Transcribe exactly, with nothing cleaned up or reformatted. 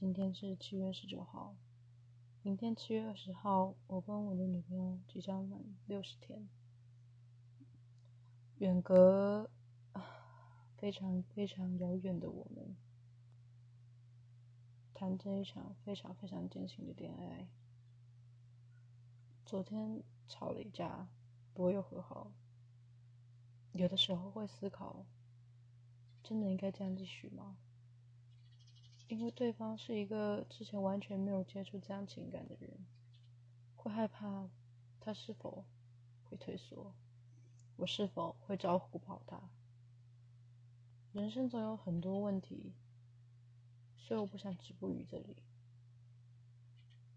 今天是七月十九号，明天七月二十号，我跟我的女朋友即将满六十天。远隔非常非常遥远的我们，谈这一场非常非常艰辛的恋爱。昨天吵了一架，不过又和好。有的时候会思考，真的应该这样继续吗？因为对方是一个之前完全没有接触这样情感的人，会害怕他是否会退缩，我是否会招呼跑他。人生总有很多问题，所以我不想止步于这里。